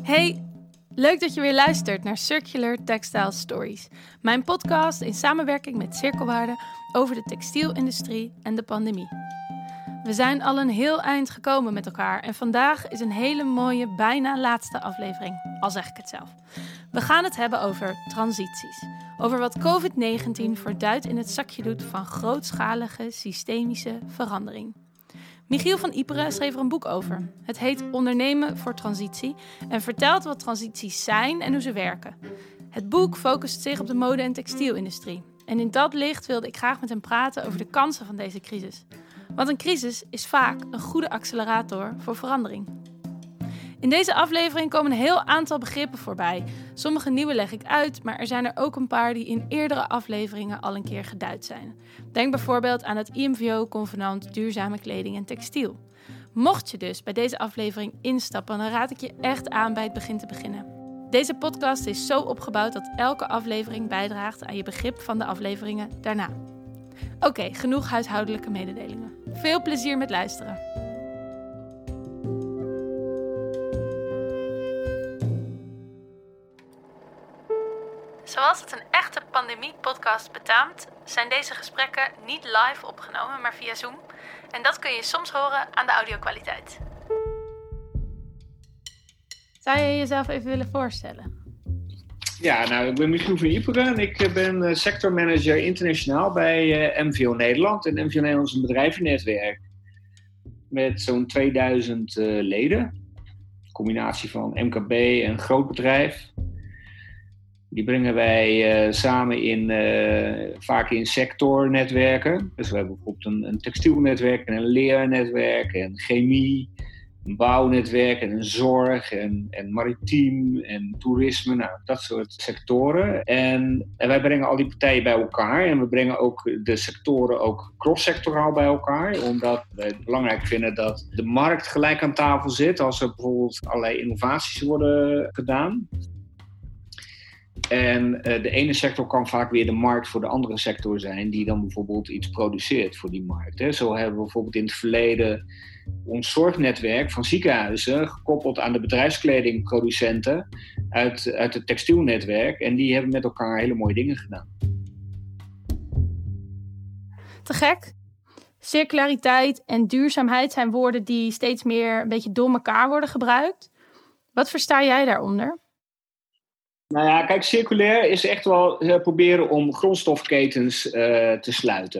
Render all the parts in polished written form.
Hey, leuk dat je weer luistert naar Circular Textile Stories. Mijn podcast in samenwerking met Cirkelwaarde over de textielindustrie en de pandemie. We zijn al een heel eind gekomen met elkaar en vandaag is een hele mooie, bijna laatste aflevering, al zeg ik het zelf. We gaan het hebben over transities. Over wat COVID-19 voor Duit in het zakje doet van grootschalige systemische verandering. Michiel van Iperen schreef er een boek over. Het heet Ondernemen voor Transitie en vertelt wat transities zijn en hoe ze werken. Het boek focust zich op de mode- en textielindustrie. En in dat licht wilde ik graag met hem praten over de kansen van deze crisis. Want een crisis is vaak een goede accelerator voor verandering. In deze aflevering komen een heel aantal begrippen voorbij. Sommige nieuwe leg ik uit, maar er zijn er ook een paar die in eerdere afleveringen al een keer geduid zijn. Denk bijvoorbeeld aan het IMVO-convenant duurzame kleding en textiel. Mocht je dus bij deze aflevering instappen, dan raad ik je echt aan bij het begin te beginnen. Deze podcast is zo opgebouwd dat elke aflevering bijdraagt aan je begrip van de afleveringen daarna. Oké, genoeg huishoudelijke mededelingen. Veel plezier met luisteren. Zoals het een echte pandemie-podcast betaamt, zijn deze gesprekken niet live opgenomen, maar via Zoom. En dat kun je soms horen aan de audiokwaliteit. Zou je jezelf even willen voorstellen? Ja, nou, ik ben Michiel van Iperen en ik ben sectormanager internationaal bij MVO Nederland. En MVO Nederland is een bedrijvennetwerk met zo'n 2000 leden. Een combinatie van MKB en groot bedrijf. Die brengen wij samen vaak in sectornetwerken. Dus we hebben bijvoorbeeld een textielnetwerk en een leernetwerk en chemie, een bouwnetwerk en een zorg en maritiem en toerisme. Nou, dat soort sectoren. En wij brengen al die partijen bij elkaar. En we brengen ook de sectoren ook cross-sectoraal bij elkaar. Omdat we het belangrijk vinden dat de markt gelijk aan tafel zit als er bijvoorbeeld allerlei innovaties worden gedaan. En de ene sector kan vaak weer de markt voor de andere sector zijn, die dan bijvoorbeeld iets produceert voor die markt. Hè. Zo hebben we bijvoorbeeld in het verleden ons zorgnetwerk van ziekenhuizen gekoppeld aan de bedrijfskledingproducenten uit het textielnetwerk. En die hebben met elkaar hele mooie dingen gedaan. Te gek. Circulariteit en duurzaamheid zijn woorden die steeds meer een beetje door elkaar worden gebruikt. Wat versta jij daaronder? Nou ja, kijk, circulair is echt wel proberen om grondstofketens te sluiten.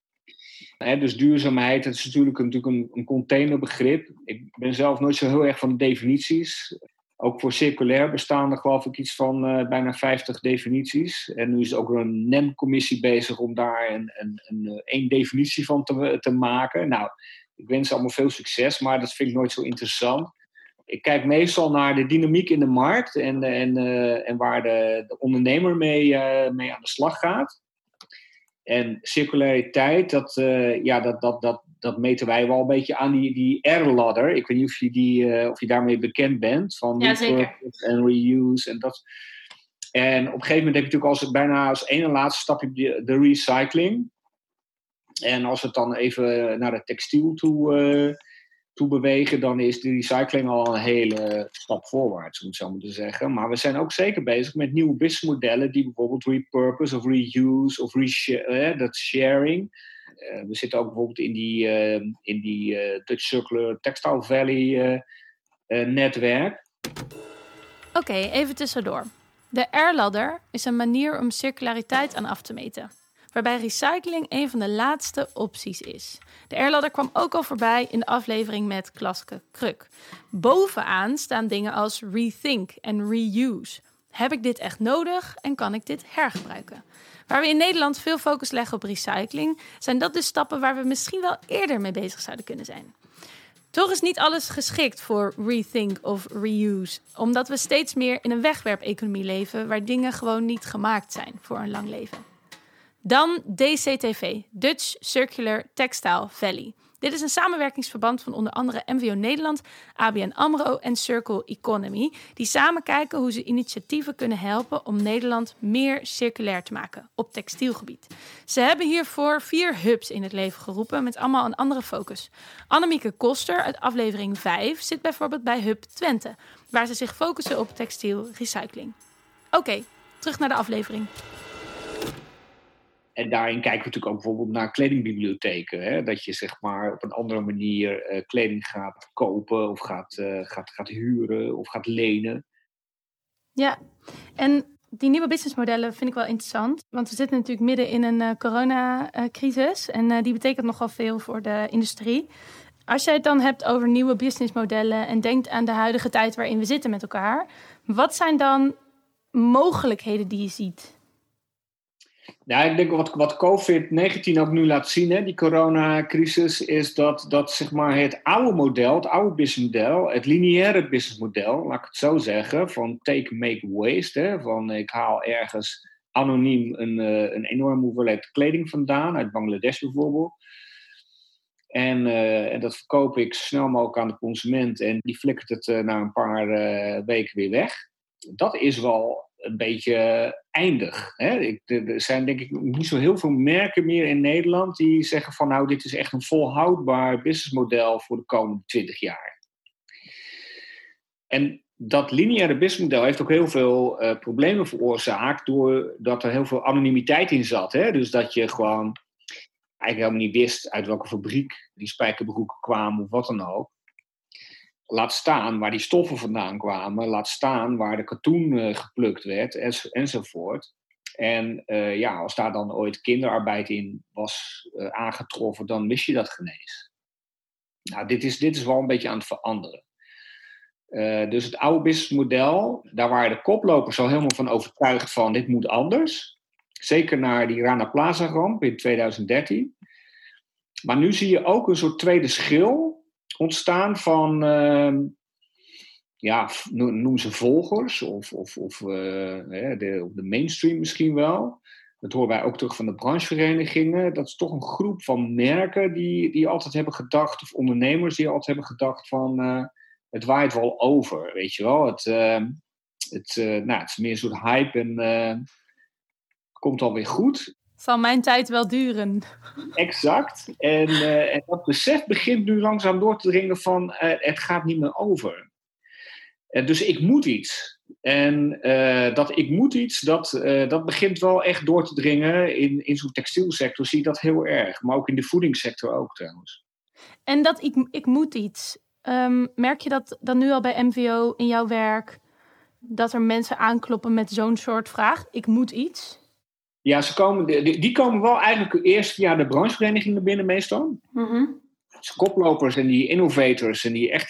Dus duurzaamheid, dat is natuurlijk een containerbegrip. Ik ben zelf nooit zo heel erg van de definities. Ook voor circulair bestaan er geloof ik iets van bijna 50 definities. En nu is ook een NEM-commissie bezig om daar één definitie van te maken. Nou, ik wens ze allemaal veel succes, maar dat vind ik nooit zo interessant. Ik kijk meestal naar de dynamiek in de markt en waar de ondernemer mee aan de slag gaat. En circulariteit, dat meten wij wel een beetje aan die R-ladder. Ik weet niet of je daarmee bekend bent. Van ja, zeker. En reuse en dat. En op een gegeven moment heb je natuurlijk bijna als ene laatste stapje de recycling. En als we het dan even naar het textiel toe bewegen, dan is de recycling al een hele stap voorwaarts, om het zo maar te zeggen. Maar we zijn ook zeker bezig met nieuwe businessmodellen die bijvoorbeeld repurpose of reuse of dat sharing. We zitten ook bijvoorbeeld in die Dutch Circular Textile Valley netwerk. Oké, even tussendoor. De R-ladder is een manier om circulariteit aan af te meten, waarbij recycling een van de laatste opties is. De R-ladder kwam ook al voorbij in de aflevering met Klaske Kruk. Bovenaan staan dingen als rethink en reuse. Heb ik dit echt nodig en kan ik dit hergebruiken? Waar we in Nederland veel focus leggen op recycling, zijn dat dus stappen waar we misschien wel eerder mee bezig zouden kunnen zijn. Toch is niet alles geschikt voor rethink of reuse, omdat we steeds meer in een wegwerpeconomie leven waar dingen gewoon niet gemaakt zijn voor een lang leven. Dan DCTV, Dutch Circular Textile Valley. Dit is een samenwerkingsverband van onder andere MVO Nederland, ABN AMRO en Circle Economy, die samen kijken hoe ze initiatieven kunnen helpen om Nederland meer circulair te maken op textielgebied. Ze hebben hiervoor 4 hubs in het leven geroepen met allemaal een andere focus. Annemieke Koster uit aflevering 5 zit bijvoorbeeld bij Hub Twente, waar ze zich focussen op textielrecycling. Oké, terug naar de aflevering. En daarin kijken we natuurlijk ook bijvoorbeeld naar kledingbibliotheken. Hè? Dat je zeg maar op een andere manier kleding gaat kopen of gaat huren of gaat lenen. Ja, en die nieuwe businessmodellen vind ik wel interessant. Want we zitten natuurlijk midden in een coronacrisis. En die betekent nogal veel voor de industrie. Als jij het dan hebt over nieuwe businessmodellen en denkt aan de huidige tijd waarin we zitten met elkaar. Wat zijn dan mogelijkheden die je ziet? Nou, ik denk wat COVID-19 ook nu laat zien, hè, die coronacrisis, is dat zeg maar het oude model, het oude businessmodel, het lineaire businessmodel, laat ik het zo zeggen, van take, make, waste, hè, van ik haal ergens anoniem een enorme hoeveelheid kleding vandaan, uit Bangladesh bijvoorbeeld. En dat verkoop ik zo snel mogelijk aan de consument en die flikkert het na een paar weken weer weg. Dat is wel een beetje eindig. Hè? Er zijn denk ik niet zo heel veel merken meer in Nederland die zeggen van nou, dit is echt een volhoudbaar businessmodel voor de komende 20 jaar. En dat lineaire businessmodel heeft ook heel veel problemen veroorzaakt doordat er heel veel anonimiteit in zat. Hè? Dus dat je gewoon eigenlijk helemaal niet wist uit welke fabriek die spijkerbroeken kwamen of wat dan ook. Laat staan waar die stoffen vandaan kwamen. Laat staan waar de katoen geplukt werd enzovoort. En als daar dan ooit kinderarbeid in was aangetroffen, dan wist je dat genees. Nou, dit is wel een beetje aan het veranderen. Dus het oude businessmodel, daar waren de koplopers al helemaal van overtuigd van dit moet anders. Zeker na die Rana Plaza ramp in 2013. Maar nu zie je ook een soort tweede schil ontstaan van, noem ze volgers of de mainstream misschien wel. Dat horen wij ook terug van de brancheverenigingen. Dat is toch een groep van merken die altijd hebben gedacht, of ondernemers die altijd hebben gedacht van, het waait wel over, weet je wel. Het is meer een soort hype en komt alweer goed. Zal mijn tijd wel duren. Exact. En dat besef begint nu langzaam door te dringen van het gaat niet meer over. Dus ik moet iets. En dat ik moet iets, dat begint wel echt door te dringen. In zo'n textielsector zie je dat heel erg. Maar ook in de voedingssector ook trouwens. En dat ik moet iets. Merk je dat dan nu al bij MVO in jouw werk, dat er mensen aankloppen met zo'n soort vraag? Ik moet iets? Ja, die komen wel eigenlijk eerst via de brancheverenigingen binnen meestal. Mm-hmm. Dus koplopers en die innovators en die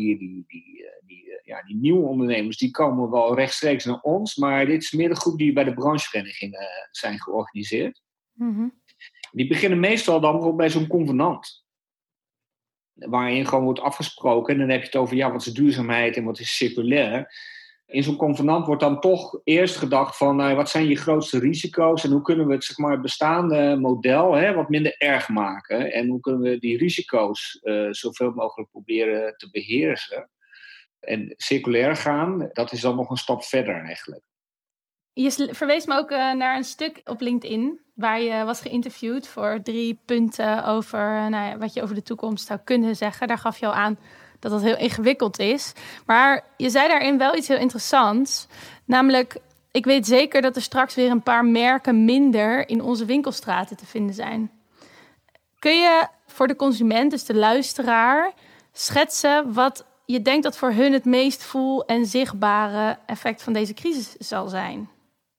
nieuwe ondernemers, die komen wel rechtstreeks naar ons. Maar dit is meer de groep die bij de brancheverenigingen zijn georganiseerd. Mm-hmm. Die beginnen meestal dan bijvoorbeeld bij zo'n convenant. Waarin gewoon wordt afgesproken. En dan heb je het over wat is duurzaamheid en wat is circulair. In zo'n convenant wordt dan toch eerst gedacht van wat zijn je grootste risico's en hoe kunnen we het bestaande model wat minder erg maken en hoe kunnen we die risico's zoveel mogelijk proberen te beheersen. En circulair gaan, dat is dan nog een stap verder eigenlijk. Je verwees me ook naar een stuk op LinkedIn waar je was geïnterviewd voor 3 punten over wat je over de toekomst zou kunnen zeggen. Daar gaf je al aan dat dat heel ingewikkeld is. Maar je zei daarin wel iets heel interessants. Namelijk, ik weet zeker dat er straks weer een paar merken minder in onze winkelstraten te vinden zijn. Kun je voor de consument, dus de luisteraar, schetsen wat je denkt dat voor hun het meest voel- en zichtbare effect van deze crisis zal zijn?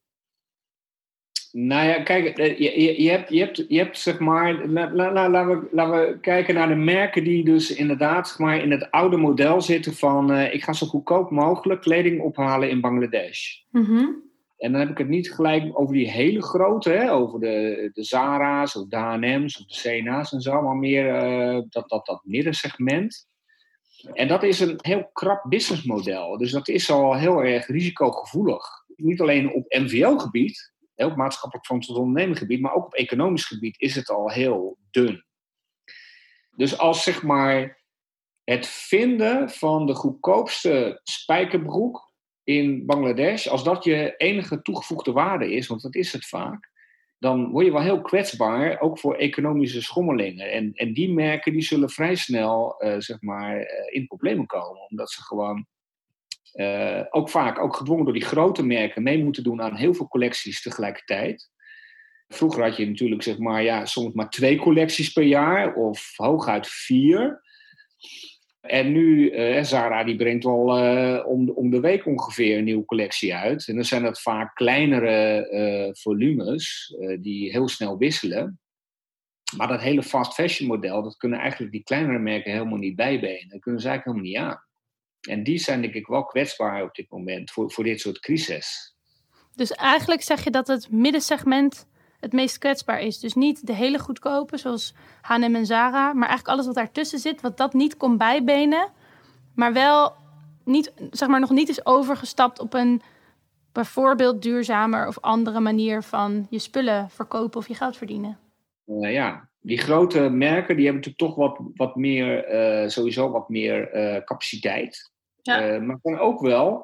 Nou ja, kijk, je hebt zeg maar, laten we kijken naar de merken die dus inderdaad zeg maar, in het oude model zitten van ik ga zo goedkoop mogelijk kleding ophalen in Bangladesh. Mm-hmm. En dan heb ik het niet gelijk over die hele grote, over de Zara's of de H&M's of de C&A's en zo, maar meer dat middensegment. En dat is een heel krap businessmodel. Dus dat is al heel erg risicogevoelig. Niet alleen op MVO-gebied, op maatschappelijk verantwoord ondernemergebied, maar ook op economisch gebied is het al heel dun. Dus als zeg maar het vinden van de goedkoopste spijkerbroek in Bangladesh, als dat je enige toegevoegde waarde is, want dat is het vaak, dan word je wel heel kwetsbaar, ook voor economische schommelingen. En die merken die zullen vrij snel in problemen komen, omdat ze gewoon ook vaak, ook gedwongen door die grote merken, mee moeten doen aan heel veel collecties tegelijkertijd. Vroeger had je natuurlijk soms maar 2 collecties per jaar of hooguit 4. En nu, Zara die brengt wel om de week ongeveer een nieuwe collectie uit. En dan zijn dat vaak kleinere volumes die heel snel wisselen. Maar dat hele fast fashion model, dat kunnen eigenlijk die kleinere merken helemaal niet bijbenen. Dat kunnen ze eigenlijk helemaal niet aan. En die zijn denk ik wel kwetsbaar op dit moment voor dit soort crises. Dus eigenlijk zeg je dat het middensegment het meest kwetsbaar is. Dus niet de hele goedkope, zoals H&M en Zara, maar eigenlijk alles wat daartussen zit, wat dat niet kon bijbenen, maar wel niet, nog niet is overgestapt op een bijvoorbeeld duurzamer of andere manier van je spullen verkopen of je geld verdienen. Die grote merken die hebben natuurlijk toch wat meer, sowieso wat meer capaciteit. Ja. Maar dan ook wel,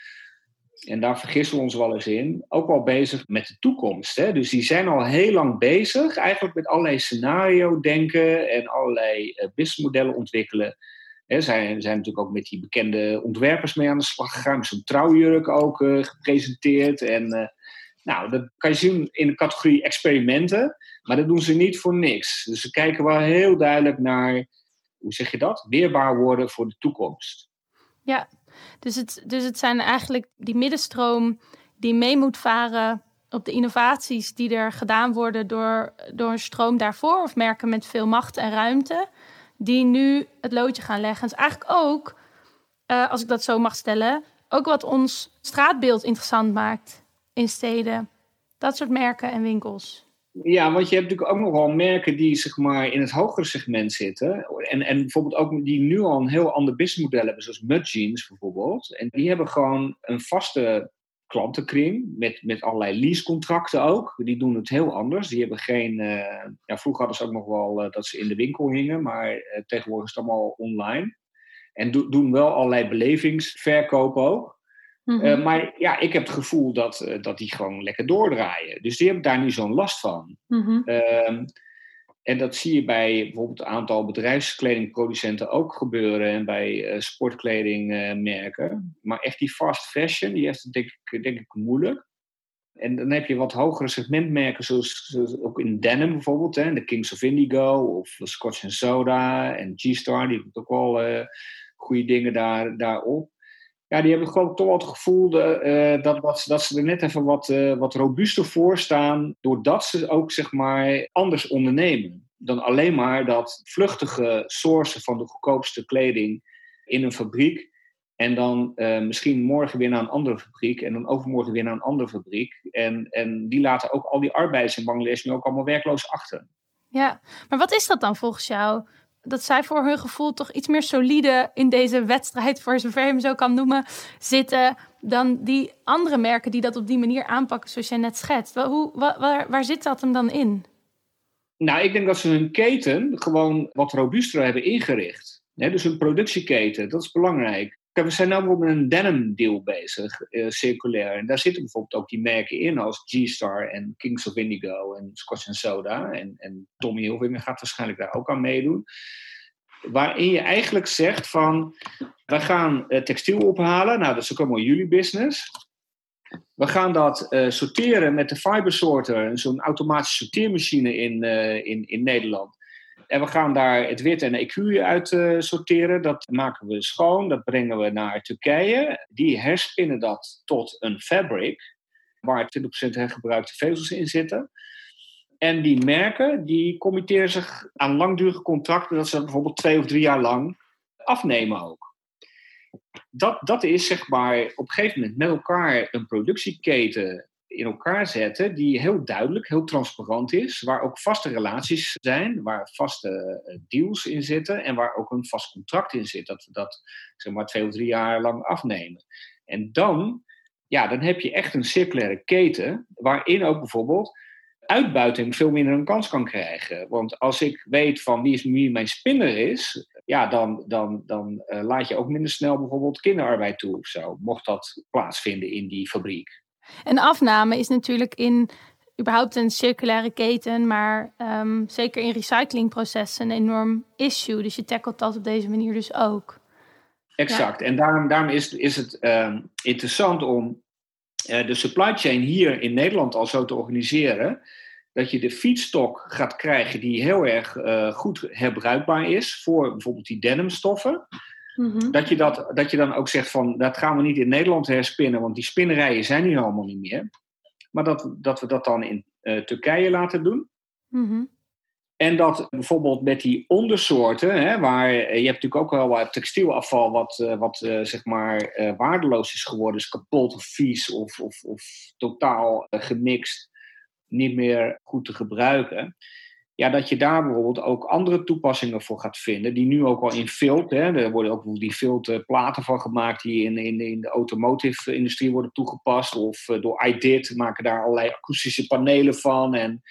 en daar vergissen we ons wel eens in, ook wel bezig met de toekomst. Hè? Dus die zijn al heel lang bezig, eigenlijk met allerlei scenario denken en allerlei businessmodellen ontwikkelen. Zijn natuurlijk ook met die bekende ontwerpers mee aan de slag gegaan. Zo'n trouwjurk ook gepresenteerd. En dat kan je zien in de categorie experimenten. Maar dat doen ze niet voor niks. Dus ze kijken wel heel duidelijk naar, hoe zeg je dat? Weerbaar worden voor de toekomst. Ja, dus het zijn eigenlijk die middenstroom die mee moet varen op de innovaties die er gedaan worden door een stroom daarvoor. Of merken met veel macht en ruimte. Die nu het loodje gaan leggen. Dus eigenlijk ook, als ik dat zo mag stellen, ook wat ons straatbeeld interessant maakt in steden. Dat soort merken en winkels. Ja, want je hebt natuurlijk ook nog wel merken die in het hogere segment zitten. En bijvoorbeeld ook die nu al een heel ander businessmodel hebben, zoals Mud Jeans bijvoorbeeld. En die hebben gewoon een vaste klantenkring met allerlei leasecontracten ook. Die doen het heel anders. Die hebben geen... vroeger hadden ze ook nog wel dat ze in de winkel hingen, maar tegenwoordig is het allemaal online. En doen wel allerlei belevingsverkopen ook. Mm-hmm. Maar ik heb het gevoel dat die gewoon lekker doordraaien. Dus die hebben daar nu zo'n last van. Mm-hmm. En dat zie je bij bijvoorbeeld een aantal bedrijfskledingproducenten ook gebeuren. En bij sportkledingmerken. Maar echt die fast fashion, die heeft het denk ik moeilijk. En dan heb je wat hogere segmentmerken, zoals ook in denim bijvoorbeeld. Hè, de Kings of Indigo of Scotch & Soda en G-Star. Die hebben ook wel goede dingen daarop. Ja, die hebben gewoon toch wel het gevoel dat ze er net even wat robuuster voor staan, doordat ze ook anders ondernemen dan alleen maar dat vluchtige sourcen van de goedkoopste kleding in een fabriek en dan misschien morgen weer naar een andere fabriek en dan overmorgen weer naar een andere fabriek. En die laten ook al die arbeiders in Bangladesh nu ook allemaal werkloos achter. Ja, maar wat is dat dan volgens jou? Dat zij voor hun gevoel toch iets meer solide in deze wedstrijd, voor zover je hem zo kan noemen, zitten dan die andere merken die dat op die manier aanpakken, zoals jij net schetst. Waar zit dat hem dan in? Nou, ik denk dat ze hun keten gewoon wat robuuster hebben ingericht. Dus hun productieketen, dat is belangrijk. We zijn nu bijvoorbeeld met een denim deal bezig, circulair. En daar zitten bijvoorbeeld ook die merken in als G-Star en Kings of Indigo en Scotch & Soda. En Tommy Hilfiger gaat waarschijnlijk daar ook aan meedoen. Waarin je eigenlijk zegt van, we gaan textiel ophalen. Nou, dat is ook allemaal jullie business. We gaan dat sorteren met de fiber sorter, zo'n automatische sorteermachine in Nederland. En we gaan daar het wit en EQ uit sorteren. Dat maken we schoon, dat brengen we naar Turkije. Die herspinnen dat tot een fabric, waar 20% hergebruikte vezels in zitten. En die merken, die committeren zich aan langdurige contracten, dat ze dat bijvoorbeeld 2 of 3 jaar lang afnemen ook. Dat is op een gegeven moment met elkaar een productieketen in elkaar zetten die heel duidelijk, heel transparant is, waar ook vaste relaties zijn, waar vaste deals in zitten en waar ook een vast contract in zit, dat we dat 2 of 3 jaar lang afnemen. En dan heb je echt een circulaire keten, waarin ook bijvoorbeeld uitbuiting veel minder een kans kan krijgen. Want als ik weet van wie mijn spinner is, ja, dan laat je ook minder snel bijvoorbeeld kinderarbeid toe of zo, mocht dat plaatsvinden in die fabriek. En afname is natuurlijk in überhaupt een circulaire keten, maar zeker in recyclingprocessen een enorm issue. Dus je tackelt dat op deze manier dus ook. Exact. Ja. En daarom is het interessant om de supply chain hier in Nederland al zo te organiseren dat je de feedstock gaat krijgen die heel erg goed herbruikbaar is voor bijvoorbeeld die denimstoffen. Mm-hmm. Dat je dan ook zegt van, dat gaan we niet in Nederland herspinnen, want die spinnerijen zijn hier allemaal niet meer. Maar dat we dat dan in Turkije laten doen. Mm-hmm. En dat bijvoorbeeld met die ondersoorten, waar je hebt natuurlijk ook wel wat textielafval wat zeg maar waardeloos is geworden, is kapot of vies of totaal gemixt, niet meer goed te gebruiken. Ja, dat je daar bijvoorbeeld ook andere toepassingen voor gaat vinden, die nu ook al in vilt, er worden ook die viltplaten van gemaakt die in de automotive-industrie worden toegepast, of door iDid maken daar allerlei akoestische panelen van. En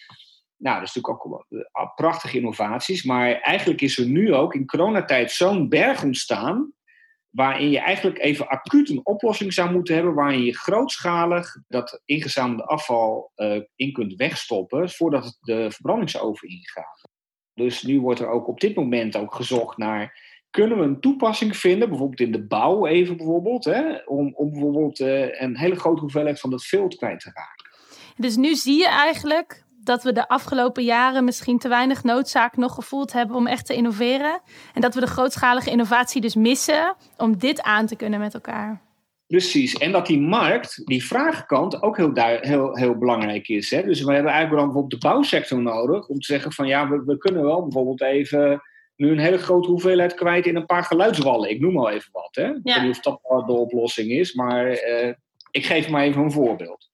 nou, dat is natuurlijk ook prachtige innovaties, maar eigenlijk is er nu ook in coronatijd zo'n berg ontstaan, waarin je eigenlijk even acuut een oplossing zou moeten hebben, waarin je grootschalig dat ingezamelde afval in kunt wegstoppen, voordat het de verbrandingsoven ingaat. Dus nu wordt er ook op dit moment ook gezocht naar, kunnen we een toepassing vinden, bijvoorbeeld in de bouw bijvoorbeeld, om bijvoorbeeld een hele grote hoeveelheid van dat vilt kwijt te raken. Dus nu zie je eigenlijk dat we de afgelopen jaren misschien te weinig noodzaak nog gevoeld hebben om echt te innoveren. En dat we de grootschalige innovatie dus missen om dit aan te kunnen met elkaar. Precies. En dat die markt, die vraagkant, ook heel belangrijk is. Hè? Dus we hebben eigenlijk dan bijvoorbeeld de bouwsector nodig om te zeggen van ja, we kunnen wel bijvoorbeeld even nu een hele grote hoeveelheid kwijt in een paar geluidswallen. Ik noem al even wat. Hè? Ja. Ik weet niet of dat de oplossing is, maar ik geef maar even een voorbeeld.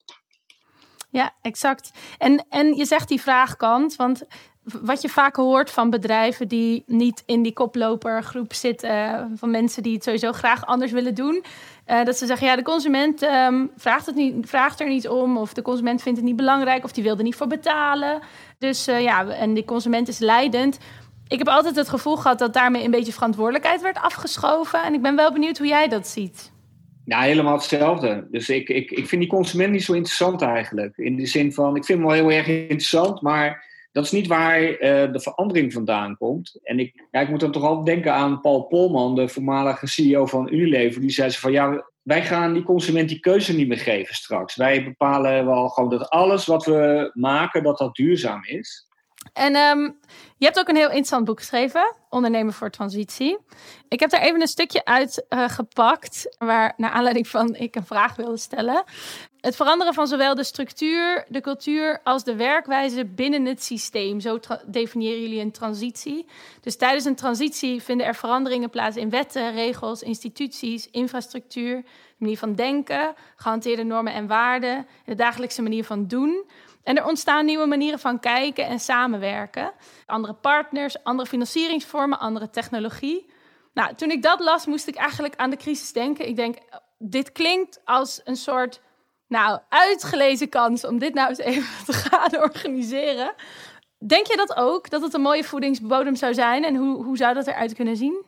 Ja, exact. En je zegt die vraagkant, want wat je vaak hoort van bedrijven die niet in die koplopergroep zitten, van mensen die het sowieso graag anders willen doen, dat ze zeggen, ja, de consument vraagt er niet om, of de consument vindt het niet belangrijk, of die wil er niet voor betalen. Dus en die consument is lijdend. Ik heb altijd het gevoel gehad dat daarmee een beetje verantwoordelijkheid werd afgeschoven. En ik ben wel benieuwd hoe jij dat ziet. Ja, helemaal hetzelfde. Dus ik vind die consument niet zo interessant eigenlijk. In de zin van, ik vind hem wel heel erg interessant, maar dat is niet waar de verandering vandaan komt. En ik moet dan toch altijd denken aan Paul Polman, de voormalige CEO van Unilever. Die zei van, ja, wij gaan die consument die keuze niet meer geven straks. Wij bepalen wel gewoon dat alles wat we maken, dat duurzaam is. En je hebt ook een heel interessant boek geschreven, Ondernemen voor Transitie. Ik heb daar even een stukje uit gepakt, waar naar aanleiding van ik een vraag wilde stellen. Het veranderen van zowel de structuur, de cultuur als de werkwijze binnen het systeem. Zo definiëren jullie een transitie. Dus tijdens een transitie vinden er veranderingen plaats in wetten, regels, instituties, infrastructuur, de manier van denken, gehanteerde normen en waarden, de dagelijkse manier van doen. En er ontstaan nieuwe manieren van kijken en samenwerken. Andere partners, andere financieringsvormen, andere technologie. Nou, toen ik dat las, moest ik eigenlijk aan de crisis denken. Ik denk, dit klinkt als een soort uitgelezen kans om dit nou eens even te gaan organiseren. Denk je dat ook? Dat het een mooie voedingsbodem zou zijn? En hoe zou dat eruit kunnen zien?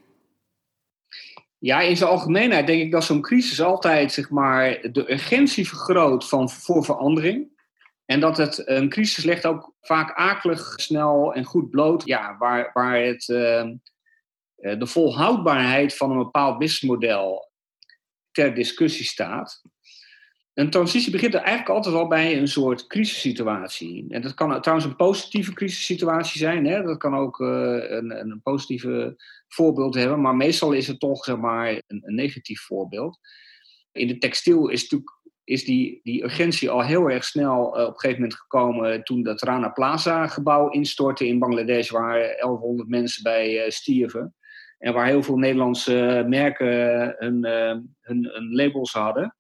Ja, in zijn algemeenheid denk ik dat zo'n crisis altijd, zeg maar, de urgentie vergroot voor verandering. En dat het een crisis legt ook vaak akelig, snel en goed bloot. Ja, waar het de volhoudbaarheid van een bepaald businessmodel ter discussie staat. Een transitie begint er eigenlijk altijd al bij een soort crisissituatie. En dat kan trouwens een positieve crisissituatie zijn. Hè? Dat kan ook een positieve voorbeeld hebben. Maar meestal is het toch, zeg maar, een negatief voorbeeld. In de textiel is die urgentie al heel erg snel op een gegeven moment gekomen toen dat Rana Plaza gebouw instortte in Bangladesh, waar 1100 mensen bij stierven. En waar heel veel Nederlandse merken hun labels hadden.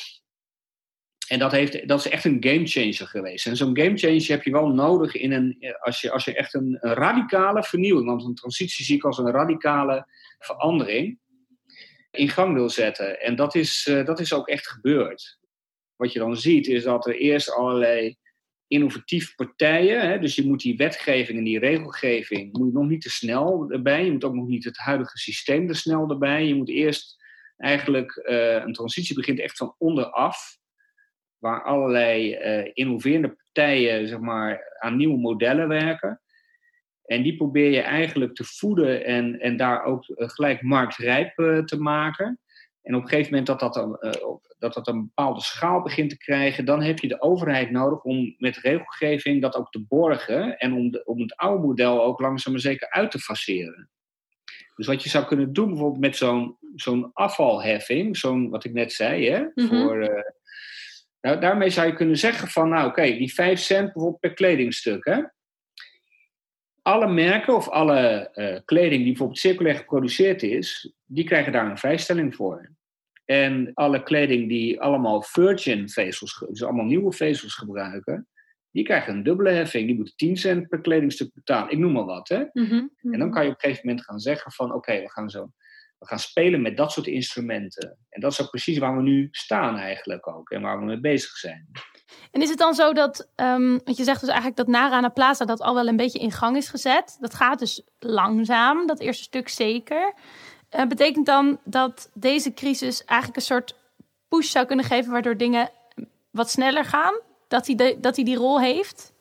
En dat is echt een gamechanger geweest. En zo'n gamechanger heb je wel nodig als je echt een radicale vernieuwing, want een transitie zie ik als een radicale verandering, in gang wil zetten. En dat is ook echt gebeurd. Wat je dan ziet is dat er eerst allerlei innovatieve partijen. Hè? Dus je moet die wetgeving en die regelgeving moet nog niet te snel erbij. Je moet ook nog niet het huidige systeem er snel erbij. Je moet eerst eigenlijk een transitie begint echt van onderaf. Waar allerlei innoverende partijen zeg maar, aan nieuwe modellen werken. En die probeer je eigenlijk te voeden en daar ook gelijk marktrijp te maken. En op een gegeven moment dat een bepaalde schaal begint te krijgen, dan heb je de overheid nodig om met regelgeving dat ook te borgen en om het oude model ook langzaam maar zeker uit te faceren. Dus wat je zou kunnen doen bijvoorbeeld met zo'n afvalheffing, wat ik net zei, hè, daarmee zou je kunnen zeggen van, nou oké, die 5 cent bijvoorbeeld per kledingstuk, hè. Alle merken of alle kleding die bijvoorbeeld circulair geproduceerd is, die krijgen daar een vrijstelling voor. En alle kleding die allemaal virgin vezels, dus allemaal nieuwe vezels gebruiken, die krijgen een dubbele heffing. Die moeten 10 cent per kledingstuk betalen. Ik noem maar wat. Hè? En dan kan je op een gegeven moment gaan zeggen van oké, we gaan spelen met dat soort instrumenten. En dat is ook precies waar we nu staan eigenlijk ook. En waar we mee bezig zijn. En is het dan zo dat, want je zegt dus eigenlijk dat na Rana Plaza dat al wel een beetje in gang is gezet. Dat gaat dus langzaam, dat eerste stuk zeker. Betekent dan dat deze crisis eigenlijk een soort push zou kunnen geven waardoor dingen wat sneller gaan? Dat hij die rol heeft?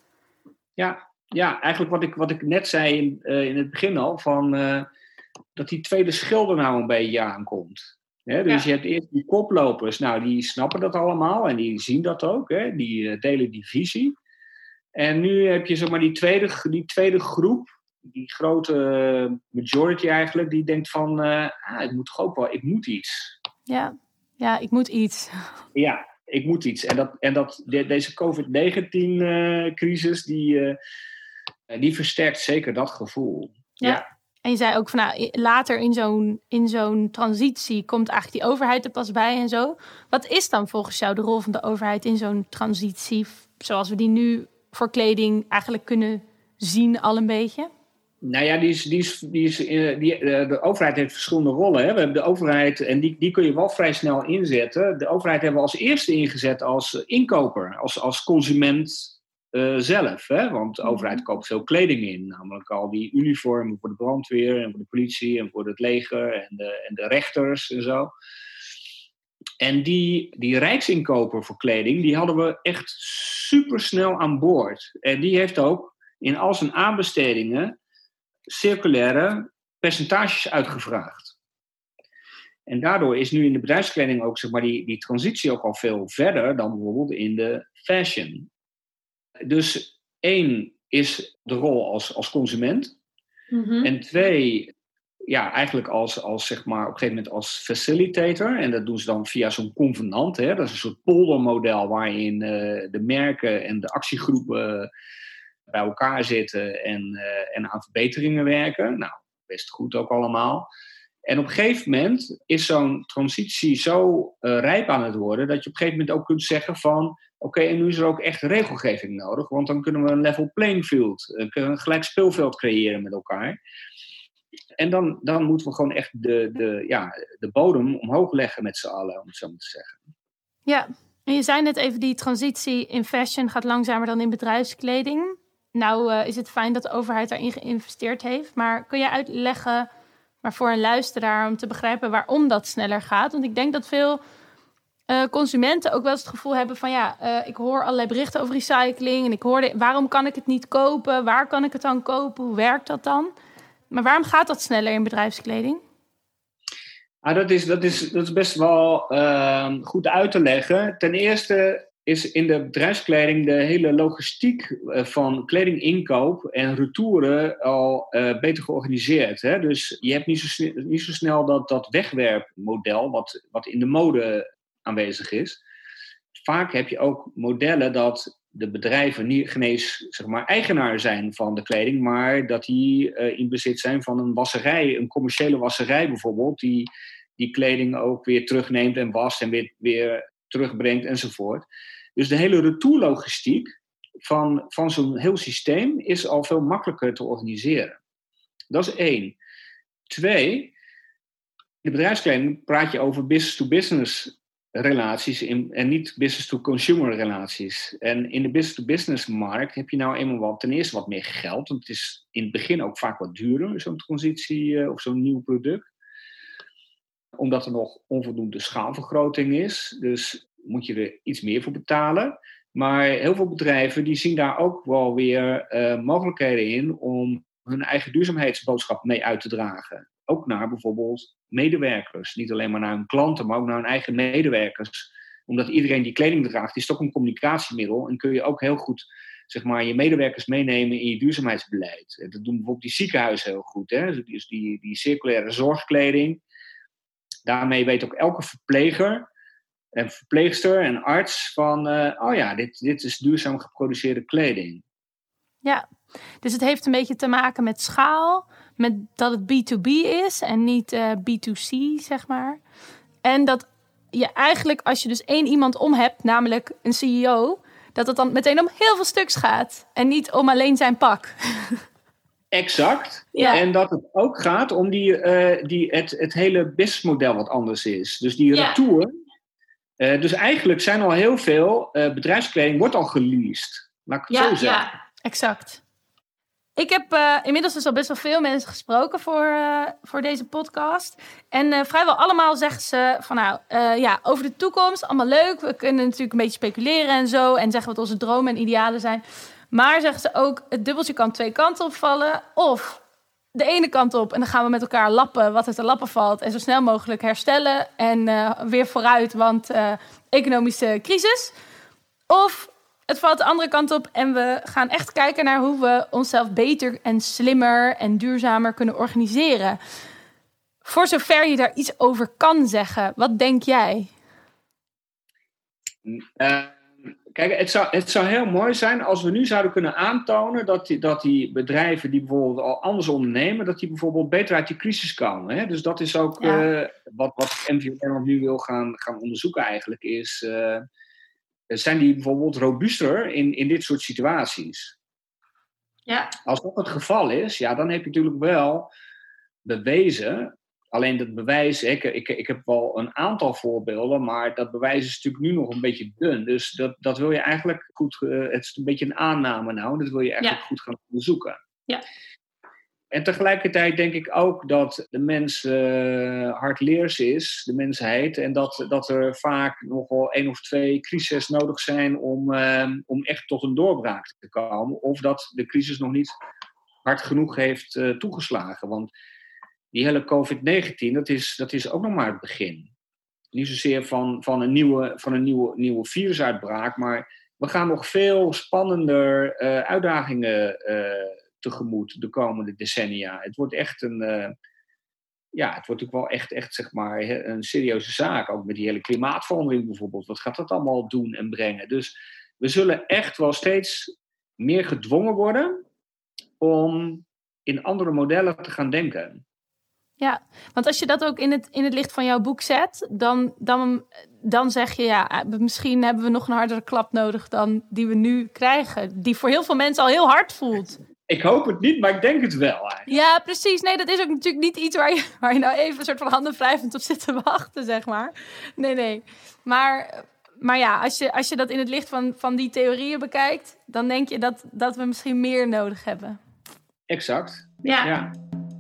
Ja, eigenlijk wat ik net zei in het begin al, van dat die tweede schilder nou een beetje aankomt. Hè? Dus je hebt eerst die koplopers, nou die snappen dat allemaal en die zien dat ook, hè? Die delen die visie. En nu heb je zeg maar die tweede groep, die grote majority eigenlijk, die denkt van, ik moet toch ook wel, ik moet iets. Ja, ik moet iets. Ja, ik moet iets. Deze COVID-19-crisis, die versterkt zeker dat gevoel. Ja. En je zei ook van, later in zo'n transitie komt eigenlijk die overheid er pas bij en zo. Wat is dan volgens jou de rol van de overheid in zo'n transitie, zoals we die nu voor kleding eigenlijk kunnen zien al een beetje? Nou ja, de overheid heeft verschillende rollen. Hè. We hebben de overheid, en die kun je wel vrij snel inzetten. De overheid hebben we als eerste ingezet als inkoper, als consument zelf. Hè. Want de overheid koopt veel kleding in. Namelijk al die uniformen voor de brandweer en voor de politie en voor het leger en de rechters en zo. En die rijksinkoper voor kleding, die hadden we echt supersnel aan boord. En die heeft ook in al zijn aanbestedingen circulaire percentages uitgevraagd. En daardoor is nu in de bedrijfskleding ook zeg maar, die transitie ook al veel verder dan bijvoorbeeld in de fashion. Dus 1 is de rol als consument. En 2, ja, eigenlijk als zeg maar, op een gegeven moment als facilitator. En dat doen ze dan via zo'n convenant. Hè? Dat is een soort poldermodel waarin de merken en de actiegroepen bij elkaar zitten en aan verbeteringen werken. Nou, best goed ook allemaal. En op een gegeven moment is zo'n transitie zo rijp aan het worden, dat je op een gegeven moment ook kunt zeggen van oké, en nu is er ook echt regelgeving nodig, want dan kunnen we een level playing field, een gelijk speelveld creëren met elkaar. En dan moeten we gewoon echt de bodem omhoog leggen met z'n allen, om het zo maar te zeggen. Ja, en je zei net even, die transitie in fashion gaat langzamer dan in bedrijfskleding. Nou is het fijn dat de overheid daarin geïnvesteerd heeft. Maar kun je uitleggen, maar voor een luisteraar, om te begrijpen waarom dat sneller gaat? Want ik denk dat veel consumenten ook wel eens het gevoel hebben van ik hoor allerlei berichten over recycling. En ik hoorde, waarom kan ik het niet kopen? Waar kan ik het dan kopen? Hoe werkt dat dan? Maar waarom gaat dat sneller in bedrijfskleding? Dat is best wel goed uit te leggen. Ten eerste is in de bedrijfskleding de hele logistiek van kledinginkoop en retouren al beter georganiseerd. Hè? Dus je hebt niet zo snel dat wegwerpmodel wat in de mode aanwezig is. Vaak heb je ook modellen dat de bedrijven niet genees zeg maar, eigenaar zijn van de kleding, maar dat die in bezit zijn van een wasserij, een commerciële wasserij bijvoorbeeld, die kleding ook weer terugneemt en wast en weer terugbrengt enzovoort. Dus de hele retourlogistiek van zo'n heel systeem is al veel makkelijker te organiseren. Dat is 1. 2, in de bedrijfskleding praat je over business-to-business relaties en niet business-to-consumer relaties. En in de business-to-business markt heb je nou eenmaal ten eerste wat meer geld. Want het is in het begin ook vaak wat duurder, zo'n transitie of zo'n nieuw product. Omdat er nog onvoldoende schaalvergroting is. Dus moet je er iets meer voor betalen. Maar heel veel bedrijven die zien daar ook wel weer mogelijkheden in om hun eigen duurzaamheidsboodschap mee uit te dragen. Ook naar bijvoorbeeld medewerkers. Niet alleen maar naar hun klanten, maar ook naar hun eigen medewerkers. Omdat iedereen die kleding draagt, is toch een communicatiemiddel. En kun je ook heel goed zeg maar, je medewerkers meenemen in je duurzaamheidsbeleid. Dat doen bijvoorbeeld die ziekenhuizen heel goed. Hè? Dus die circulaire zorgkleding. Daarmee weet ook elke verpleger en verpleegster en arts van... dit is duurzaam geproduceerde kleding. Ja, dus het heeft een beetje te maken met schaal, met dat het B2B is en niet B2C, zeg maar. En dat je eigenlijk, als je dus één iemand om hebt, namelijk een CEO, dat het dan meteen om heel veel stuks gaat en niet om alleen zijn pak. Exact. Ja. En dat het ook gaat om het hele businessmodel wat anders is. Dus die retour. Dus eigenlijk zijn al heel veel bedrijfskleding wordt al geleased. Laat ik het zo zeggen. Ja, exact. Ik heb inmiddels dus al best wel veel mensen gesproken voor deze podcast. En vrijwel allemaal zeggen ze van over de toekomst, allemaal leuk. We kunnen natuurlijk een beetje speculeren en zo. En zeggen wat onze dromen en idealen zijn. Maar zeggen ze ook, het dubbeltje kan twee kanten opvallen. Of de ene kant op en dan gaan we met elkaar lappen wat er te lappen valt. En zo snel mogelijk herstellen en weer vooruit, want economische crisis. Of het valt de andere kant op en we gaan echt kijken naar hoe we onszelf beter en slimmer en duurzamer kunnen organiseren. Voor zover je daar iets over kan zeggen, wat denk jij? Kijk, het zou heel mooi zijn als we nu zouden kunnen aantonen dat die bedrijven die bijvoorbeeld al anders ondernemen, dat die bijvoorbeeld beter uit die crisis komen. Hè? Dus dat is ook wat MVO Nederland nu wil gaan onderzoeken eigenlijk, is zijn die bijvoorbeeld robuuster in dit soort situaties? Ja. Als dat het geval is, dan heb je natuurlijk wel bewezen. Alleen dat bewijs, ik heb wel een aantal voorbeelden, maar dat bewijs is natuurlijk nu nog een beetje dun. Dus dat wil je eigenlijk goed, het is een beetje een aanname nou, dat wil je eigenlijk goed gaan onderzoeken. Ja. En tegelijkertijd denk ik ook dat de mens hardleers is, de mensheid, en dat er vaak nog wel 1 of 2 crises nodig zijn om echt tot een doorbraak te komen. Of dat de crisis nog niet hard genoeg heeft toegeslagen. Want die hele COVID-19, dat is ook nog maar het begin. Niet zozeer van een nieuwe virusuitbraak, het we gaan nog veel spannender uitdagingen tegemoet de komende decennia. Het wordt echt het wordt ook wel echt zeg maar een serieuze zaak. Ook met die hele klimaatverandering bijvoorbeeld. Wat gaat dat allemaal doen en brengen? Dus we zullen echt wel steeds meer gedwongen worden om in andere modellen te gaan denken. Ja, want als je dat ook in het licht van jouw boek zet, dan zeg je, misschien hebben we nog een hardere klap nodig dan die we nu krijgen. Die voor heel veel mensen al heel hard voelt. Ik hoop het niet, maar ik denk het wel eigenlijk. Ja, precies. Nee, dat is ook natuurlijk niet iets waar je nou even een soort van handen wrijvend op zit te wachten, zeg maar. Nee. Maar ja, als je dat in het licht van die theorieën bekijkt, dan denk je dat we misschien meer nodig hebben. Exact. Ja.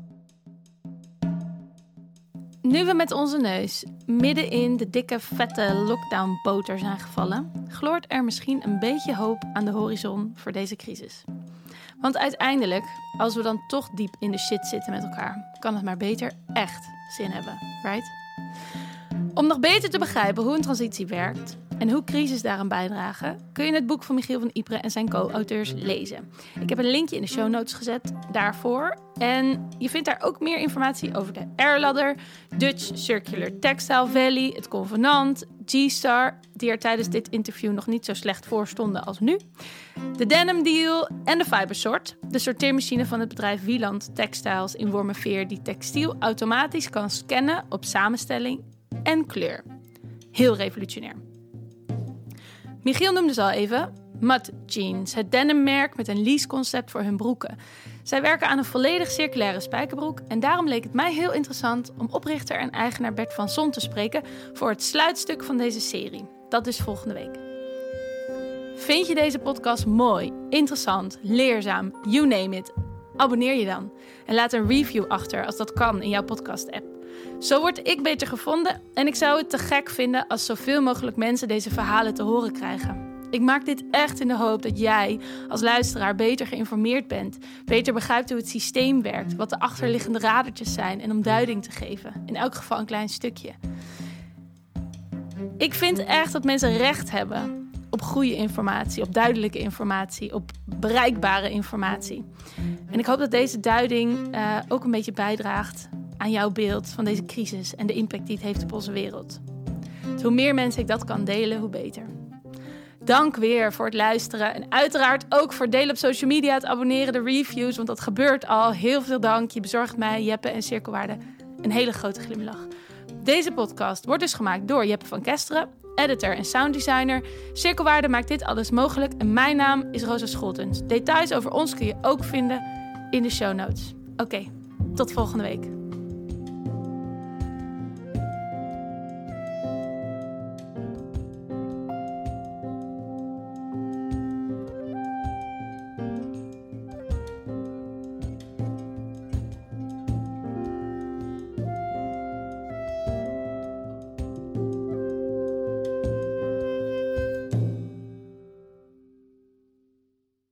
Nu we met onze neus midden in de dikke, vette lockdown-boter zijn gevallen, gloort er misschien een beetje hoop aan de horizon voor deze crisis. Want uiteindelijk, als we dan toch diep in de shit zitten met elkaar, kan het maar beter echt zin hebben, right? Om nog beter te begrijpen hoe een transitie werkt en hoe crisis daaraan bijdragen, kun je het boek van Michiel van Ypres en zijn co-auteurs lezen. Ik heb een linkje in de show notes gezet daarvoor. En je vindt daar ook meer informatie over de Airladder, Dutch Circular Textile Valley, het Convenant, G-Star, die er tijdens dit interview nog niet zo slecht voor stonden als nu, de Denim Deal en de Fibersort, de sorteermachine van het bedrijf Wieland Textiles in Wormerveer, die textiel automatisch kan scannen op samenstelling en kleur. Heel revolutionair. Michiel noemde ze al even, Mud Jeans, het denimmerk met een leaseconcept voor hun broeken. Zij werken aan een volledig circulaire spijkerbroek en daarom leek het mij heel interessant om oprichter en eigenaar Bert van Son te spreken voor het sluitstuk van deze serie. Dat is volgende week. Vind je deze podcast mooi, interessant, leerzaam, you name it? Abonneer je dan en laat een review achter als dat kan in jouw podcast-app. Zo word ik beter gevonden en ik zou het te gek vinden als zoveel mogelijk mensen deze verhalen te horen krijgen. Ik maak dit echt in de hoop dat jij als luisteraar beter geïnformeerd bent, beter begrijpt hoe het systeem werkt, wat de achterliggende radertjes zijn en om duiding te geven. In elk geval een klein stukje. Ik vind echt dat mensen recht hebben op goede informatie, op duidelijke informatie, op bereikbare informatie. En ik hoop dat deze duiding ook een beetje bijdraagt aan jouw beeld van deze crisis en de impact die het heeft op onze wereld. Dus hoe meer mensen ik dat kan delen, hoe beter. Dank weer voor het luisteren en uiteraard ook voor het delen op social media, het abonneren, de reviews, want dat gebeurt al. Heel veel dank. Je bezorgt mij, Jeppe en Cirkelwaarde een hele grote glimlach. Deze podcast wordt dus gemaakt door Jeppe van Kesteren, editor en sounddesigner. Cirkelwaarde maakt dit alles mogelijk en mijn naam is Rosa Scholtens. Details over ons kun je ook vinden in de show notes. Oké, tot volgende week.